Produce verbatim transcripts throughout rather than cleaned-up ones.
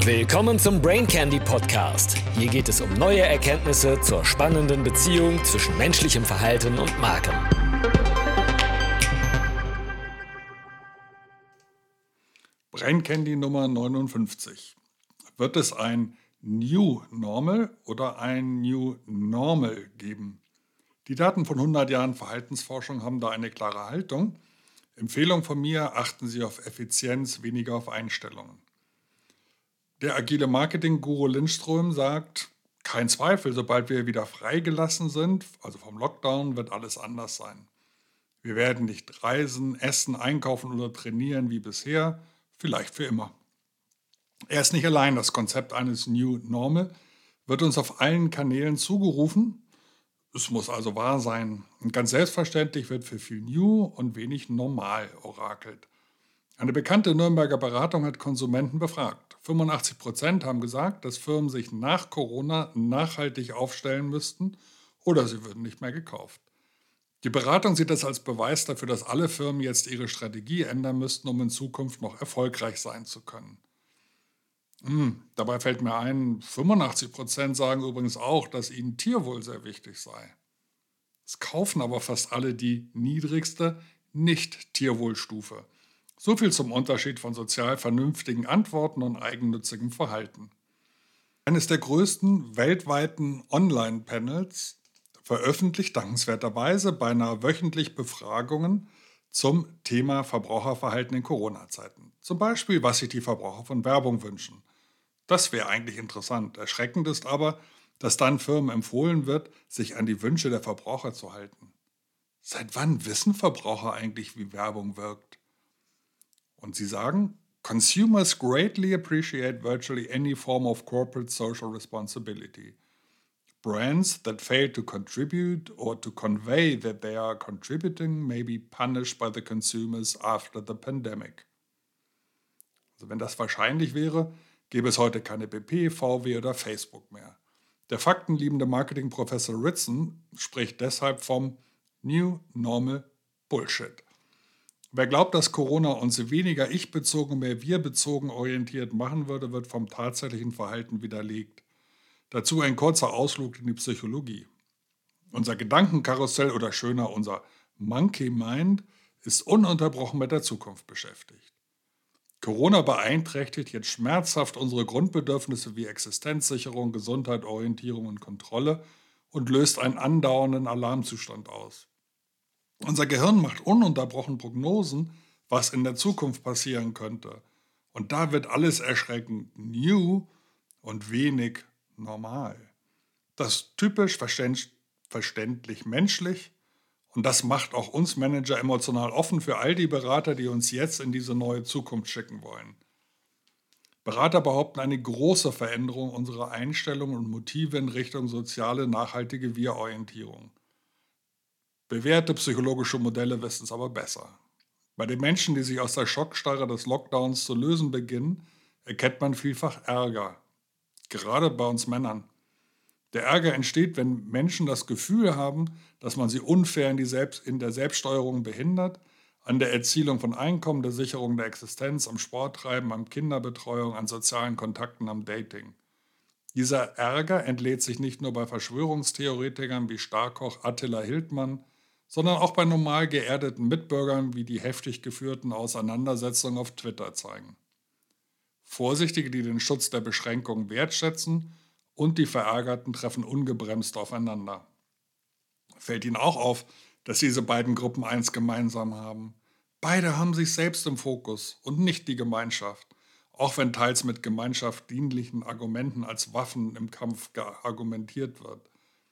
Willkommen zum Brain Candy Podcast. Hier geht es um neue Erkenntnisse zur spannenden Beziehung zwischen menschlichem Verhalten und Marken. Brain Candy Nummer neunundfünfzig. Wird es ein New Normal oder ein New Normal geben? Die Daten von hundert Jahren Verhaltensforschung haben da eine klare Haltung. Empfehlung von mir, achten Sie auf Effizienz, weniger auf Einstellungen. Der agile Marketing-Guru Lindström sagt, kein Zweifel, sobald wir wieder freigelassen sind, also vom Lockdown, wird alles anders sein. Wir werden nicht reisen, essen, einkaufen oder trainieren wie bisher, vielleicht für immer. Er ist nicht allein, das Konzept eines New Normal wird uns auf allen Kanälen zugerufen. Es muss also wahr sein. Und ganz selbstverständlich wird für viel New und wenig Normal orakelt. Eine bekannte Nürnberger Beratung hat Konsumenten befragt. fünfundachtzig Prozent haben gesagt, dass Firmen sich nach Corona nachhaltig aufstellen müssten oder sie würden nicht mehr gekauft. Die Beratung sieht das als Beweis dafür, dass alle Firmen jetzt ihre Strategie ändern müssten, um in Zukunft noch erfolgreich sein zu können. Hm, dabei fällt mir ein, fünfundachtzig Prozent sagen übrigens auch, dass ihnen Tierwohl sehr wichtig sei. Es kaufen aber fast alle die niedrigste Nicht-Tierwohlstufe. So viel zum Unterschied von sozial vernünftigen Antworten und eigennützigem Verhalten. Eines der größten weltweiten Online-Panels veröffentlicht dankenswerterweise beinahe wöchentlich Befragungen zum Thema Verbraucherverhalten in Corona-Zeiten. Zum Beispiel, was sich die Verbraucher von Werbung wünschen. Das wäre eigentlich interessant. Erschreckend ist aber, dass dann Firmen empfohlen wird, sich an die Wünsche der Verbraucher zu halten. Seit wann wissen Verbraucher eigentlich, wie Werbung wirkt? Und sie sagen, Consumers greatly appreciate virtually any form of corporate social responsibility. Brands that fail to contribute or to convey that they are contributing may be punished by the consumers after the pandemic. Also wenn das wahrscheinlich wäre, gäbe es heute keine B P, V W oder Facebook mehr. Der faktenliebende Marketingprofessor Ritson spricht deshalb vom New Normal Bullshit. Wer glaubt, dass Corona uns weniger ich-bezogen, mehr wir-bezogen orientiert machen würde, wird vom tatsächlichen Verhalten widerlegt. Dazu ein kurzer Ausflug in die Psychologie. Unser Gedankenkarussell oder schöner unser Monkey Mind ist ununterbrochen mit der Zukunft beschäftigt. Corona beeinträchtigt jetzt schmerzhaft unsere Grundbedürfnisse wie Existenzsicherung, Gesundheit, Orientierung und Kontrolle und löst einen andauernden Alarmzustand aus. Unser Gehirn macht ununterbrochen Prognosen, was in der Zukunft passieren könnte. Und da wird alles erschreckend new und wenig normal. Das ist typisch verständlich menschlich und das macht auch uns Manager emotional offen für all die Berater, die uns jetzt in diese neue Zukunft schicken wollen. Berater behaupten eine große Veränderung unserer Einstellung und Motive in Richtung soziale, nachhaltige Wir-Orientierung. Bewährte psychologische Modelle wissen es aber besser. Bei den Menschen, die sich aus der Schockstarre des Lockdowns zu lösen beginnen, erkennt man vielfach Ärger. Gerade bei uns Männern. Der Ärger entsteht, wenn Menschen das Gefühl haben, dass man sie unfair in, die Selbst, in der Selbststeuerung behindert, an der Erzielung von Einkommen, der Sicherung der Existenz, am Sporttreiben, am Kinderbetreuung, an sozialen Kontakten, am Dating. Dieser Ärger entlädt sich nicht nur bei Verschwörungstheoretikern wie Starkoch Attila Hildmann, sondern auch bei normal geerdeten Mitbürgern, wie die heftig geführten Auseinandersetzungen auf Twitter zeigen. Vorsichtige, die den Schutz der Beschränkungen wertschätzen, und die Verärgerten treffen ungebremst aufeinander. Fällt Ihnen auch auf, dass diese beiden Gruppen eins gemeinsam haben? Beide haben sich selbst im Fokus und nicht die Gemeinschaft, auch wenn teils mit gemeinschaftsdienlichen Argumenten als Waffen im Kampf argumentiert wird.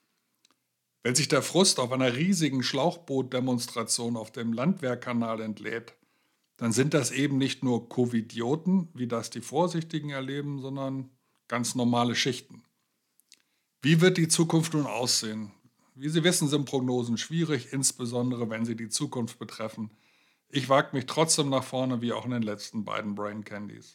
Wenn sich der Frust auf einer riesigen Schlauchbootdemonstration auf dem Landwehrkanal entlädt, dann sind das eben nicht nur Covidioten, wie das die Vorsichtigen erleben, sondern ganz normale Schichten. Wie wird die Zukunft nun aussehen? Wie Sie wissen, sind Prognosen schwierig, insbesondere wenn sie die Zukunft betreffen. Ich wage mich trotzdem nach vorne, wie auch in den letzten beiden Brain Candies.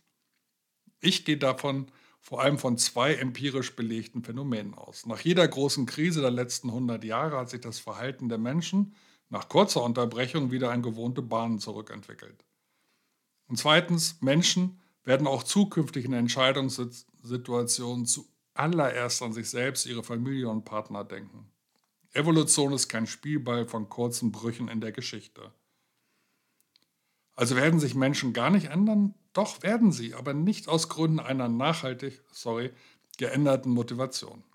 Ich gehe davon vor allem von zwei empirisch belegten Phänomenen aus. Nach jeder großen Krise der letzten hundert Jahre hat sich das Verhalten der Menschen nach kurzer Unterbrechung wieder in gewohnte Bahnen zurückentwickelt. Und zweitens, Menschen werden auch zukünftig in Entscheidungssituationen zuallererst an sich selbst, ihre Familie und Partner denken. Evolution ist kein Spielball von kurzen Brüchen in der Geschichte. Also werden sich Menschen gar nicht ändern? Doch werden sie, aber nicht aus Gründen einer nachhaltig, sorry, geänderten Motivation.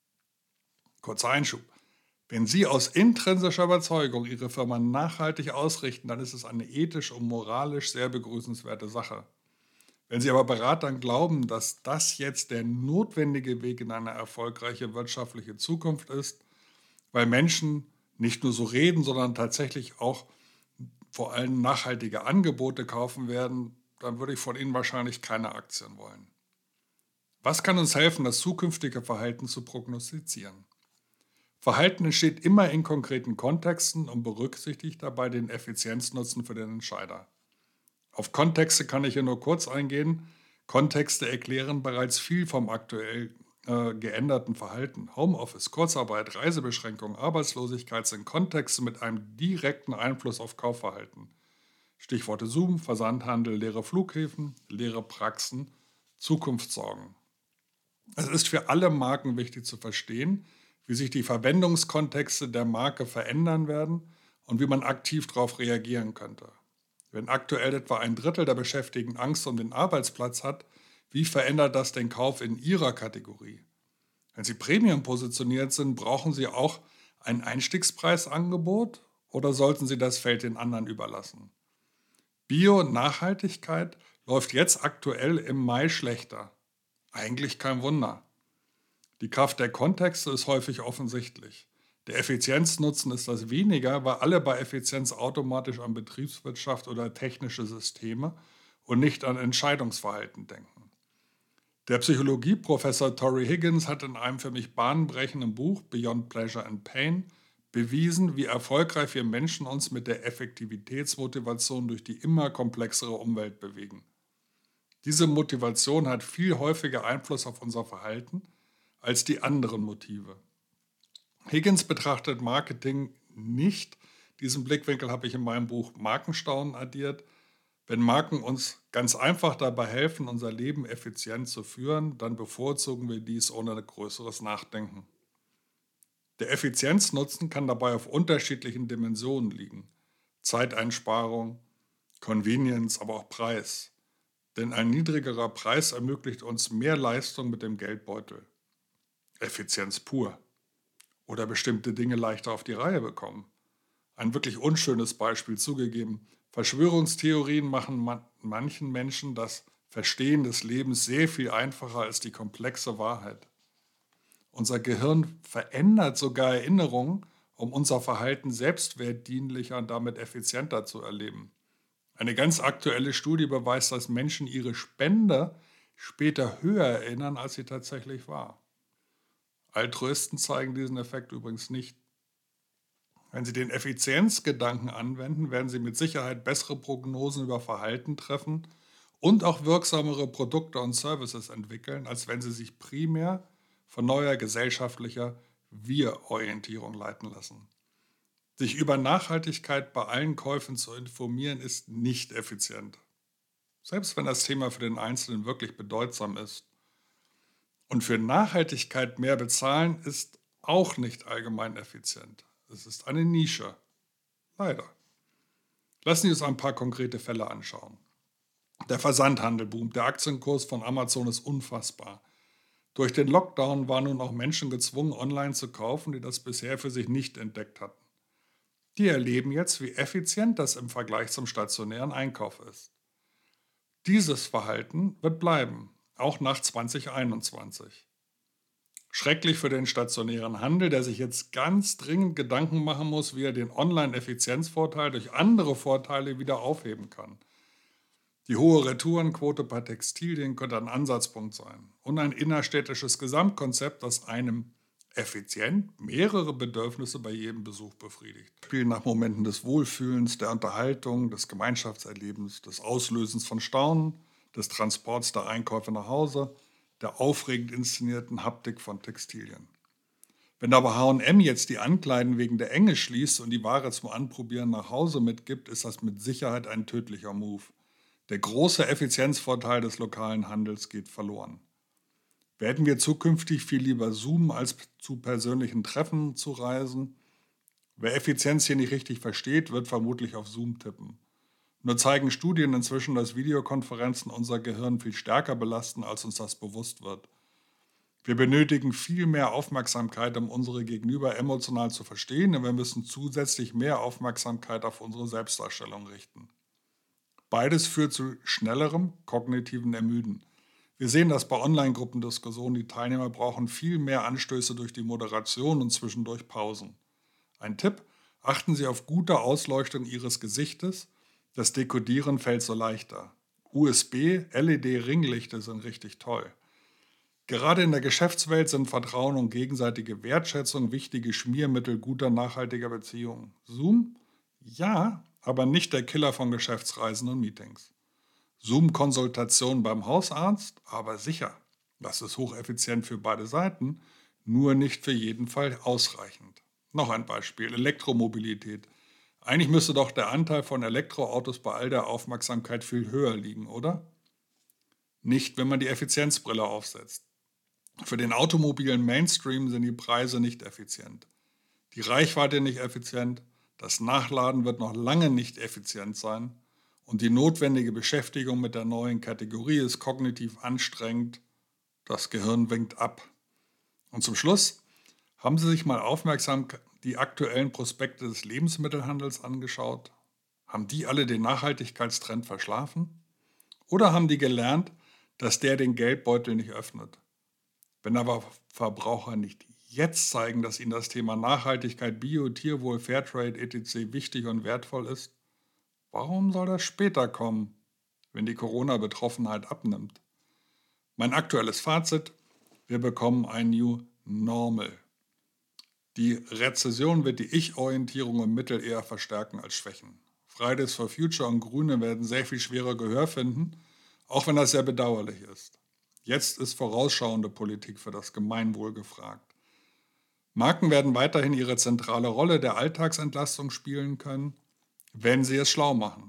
Kurzer Einschub. Wenn Sie aus intrinsischer Überzeugung Ihre Firma nachhaltig ausrichten, dann ist es eine ethisch und moralisch sehr begrüßenswerte Sache. Wenn Sie aber Beratern glauben, dass das jetzt der notwendige Weg in eine erfolgreiche wirtschaftliche Zukunft ist, weil Menschen nicht nur so reden, sondern tatsächlich auch vor allem nachhaltige Angebote kaufen werden, dann würde ich von Ihnen wahrscheinlich keine Aktien wollen. Was kann uns helfen, das zukünftige Verhalten zu prognostizieren? Verhalten entsteht immer in konkreten Kontexten und berücksichtigt dabei den Effizienznutzen für den Entscheider. Auf Kontexte kann ich hier nur kurz eingehen. Kontexte erklären bereits viel vom aktuell äh, geänderten Verhalten. Homeoffice, Kurzarbeit, Reisebeschränkungen, Arbeitslosigkeit sind Kontexte mit einem direkten Einfluss auf Kaufverhalten. Stichworte Zoom, Versandhandel, leere Flughäfen, leere Praxen, Zukunftssorgen. Es ist für alle Marken wichtig zu verstehen, wie sich die Verwendungskontexte der Marke verändern werden und wie man aktiv darauf reagieren könnte. Wenn aktuell etwa ein Drittel der Beschäftigten Angst um den Arbeitsplatz hat, wie verändert das den Kauf in Ihrer Kategorie? Wenn Sie Premium positioniert sind, brauchen Sie auch ein Einstiegspreisangebot oder sollten Sie das Feld den anderen überlassen? Bio und Nachhaltigkeit läuft jetzt aktuell im Mai schlechter. Eigentlich kein Wunder. Die Kraft der Kontexte ist häufig offensichtlich. Der Effizienznutzen ist das weniger, weil alle bei Effizienz automatisch an Betriebswirtschaft oder technische Systeme und nicht an Entscheidungsverhalten denken. Der Psychologieprofessor Tory Higgins hat in einem für mich bahnbrechenden Buch Beyond Pleasure and Pain bewiesen, wie erfolgreich wir Menschen uns mit der Effektivitätsmotivation durch die immer komplexere Umwelt bewegen. Diese Motivation hat viel häufiger Einfluss auf unser Verhalten als die anderen Motive. Higgins betrachtet Marketing nicht, diesen Blickwinkel habe ich in meinem Buch Markenstaunen addiert. Wenn Marken uns ganz einfach dabei helfen, unser Leben effizient zu führen, dann bevorzugen wir dies ohne größeres Nachdenken. Der Effizienznutzen kann dabei auf unterschiedlichen Dimensionen liegen. Zeiteinsparung, Convenience, aber auch Preis. Denn ein niedrigerer Preis ermöglicht uns mehr Leistung mit dem Geldbeutel. Effizienz pur. Oder bestimmte Dinge leichter auf die Reihe bekommen. Ein wirklich unschönes Beispiel zugegeben. Verschwörungstheorien machen man, manchen Menschen das Verstehen des Lebens sehr viel einfacher als die komplexe Wahrheit. Unser Gehirn verändert sogar Erinnerungen, um unser Verhalten selbstwertdienlicher und damit effizienter zu erleben. Eine ganz aktuelle Studie beweist, dass Menschen ihre Spende später höher erinnern, als sie tatsächlich war. Altruisten zeigen diesen Effekt übrigens nicht. Wenn Sie den Effizienzgedanken anwenden, werden Sie mit Sicherheit bessere Prognosen über Verhalten treffen und auch wirksamere Produkte und Services entwickeln, als wenn Sie sich primär von neuer gesellschaftlicher Wir-Orientierung leiten lassen. Sich über Nachhaltigkeit bei allen Käufen zu informieren, ist nicht effizient. Selbst wenn das Thema für den Einzelnen wirklich bedeutsam ist. Und für Nachhaltigkeit mehr bezahlen ist auch nicht allgemein effizient. Es ist eine Nische. Leider. Lassen Sie uns ein paar konkrete Fälle anschauen. Der Versandhandel boomt. Der Aktienkurs von Amazon ist unfassbar. Durch den Lockdown waren nun auch Menschen gezwungen, online zu kaufen, die das bisher für sich nicht entdeckt hatten. Die erleben jetzt, wie effizient das im Vergleich zum stationären Einkauf ist. Dieses Verhalten wird bleiben, auch nach zwanzig einundzwanzig. Schrecklich für den stationären Handel, der sich jetzt ganz dringend Gedanken machen muss, wie er den Online-Effizienzvorteil durch andere Vorteile wieder aufheben kann. Die hohe Retourenquote bei Textilien könnte ein Ansatzpunkt sein und ein innerstädtisches Gesamtkonzept, das einem effizient mehrere Bedürfnisse bei jedem Besuch befriedigt. Spielen nach Momenten des Wohlfühlens, der Unterhaltung, des Gemeinschaftserlebens, des Auslösens von Staunen, des Transports der Einkäufe nach Hause, der aufregend inszenierten Haptik von Textilien. Wenn aber H und M jetzt die Ankleiden wegen der Enge schließt und die Ware zum Anprobieren nach Hause mitgibt, ist das mit Sicherheit ein tödlicher Move. Der große Effizienzvorteil des lokalen Handels geht verloren. Werden wir zukünftig viel lieber zoomen, als zu persönlichen Treffen zu reisen? Wer Effizienz hier nicht richtig versteht, wird vermutlich auf Zoom tippen. Nur zeigen Studien inzwischen, dass Videokonferenzen unser Gehirn viel stärker belasten, als uns das bewusst wird. Wir benötigen viel mehr Aufmerksamkeit, um unsere Gegenüber emotional zu verstehen, und wir müssen zusätzlich mehr Aufmerksamkeit auf unsere Selbstdarstellung richten. Beides führt zu schnellerem kognitiven Ermüden. Wir sehen das bei Online-Gruppendiskussionen. Die Teilnehmer brauchen viel mehr Anstöße durch die Moderation und zwischendurch Pausen. Ein Tipp: Achten Sie auf gute Ausleuchtung Ihres Gesichtes. Das Dekodieren fällt so leichter. U S B, L E D-Ringlichter sind richtig toll. Gerade in der Geschäftswelt sind Vertrauen und gegenseitige Wertschätzung wichtige Schmiermittel guter, nachhaltiger Beziehungen. Zoom? Ja, aber nicht der Killer von Geschäftsreisen und Meetings. Zoom-Konsultation beim Hausarzt? Aber sicher. Das ist hocheffizient für beide Seiten, nur nicht für jeden Fall ausreichend. Noch ein Beispiel: Elektromobilität. Eigentlich müsste doch der Anteil von Elektroautos bei all der Aufmerksamkeit viel höher liegen, oder? Nicht, wenn man die Effizienzbrille aufsetzt. Für den automobilen Mainstream sind die Preise nicht effizient. Die Reichweite nicht effizient, das Nachladen wird noch lange nicht effizient sein und die notwendige Beschäftigung mit der neuen Kategorie ist kognitiv anstrengend. Das Gehirn winkt ab. Und zum Schluss: Haben Sie sich mal aufmerksam die aktuellen Prospekte des Lebensmittelhandels angeschaut? Haben die alle den Nachhaltigkeitstrend verschlafen? Oder haben die gelernt, dass der den Geldbeutel nicht öffnet? Wenn aber Verbraucher nicht jetzt zeigen, dass ihnen das Thema Nachhaltigkeit, Bio, Tierwohl, Fairtrade et cetera wichtig und wertvoll ist, warum soll das später kommen, wenn die Corona-Betroffenheit abnimmt? Mein aktuelles Fazit: Wir bekommen ein New Normal. Die Rezession wird die Ich-Orientierung im Mittel eher verstärken als schwächen. Fridays for Future und Grüne werden sehr viel schwerer Gehör finden, auch wenn das sehr bedauerlich ist. Jetzt ist vorausschauende Politik für das Gemeinwohl gefragt. Marken werden weiterhin ihre zentrale Rolle der Alltagsentlastung spielen können, wenn sie es schlau machen.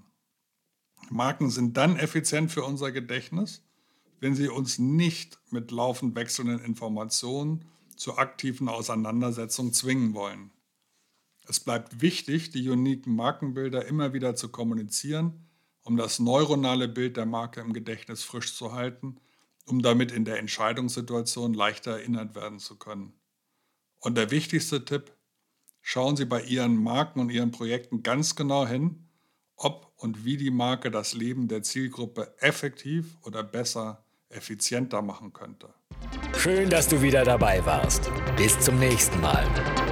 Marken sind dann effizient für unser Gedächtnis, wenn sie uns nicht mit laufend wechselnden Informationen zur aktiven Auseinandersetzung zwingen wollen. Es bleibt wichtig, die uniken Markenbilder immer wieder zu kommunizieren, um das neuronale Bild der Marke im Gedächtnis frisch zu halten, um damit in der Entscheidungssituation leichter erinnert werden zu können. Und der wichtigste Tipp: Schauen Sie bei Ihren Marken und Ihren Projekten ganz genau hin, ob und wie die Marke das Leben der Zielgruppe effektiv oder besser effizienter machen könnte. Schön, dass du wieder dabei warst. Bis zum nächsten Mal.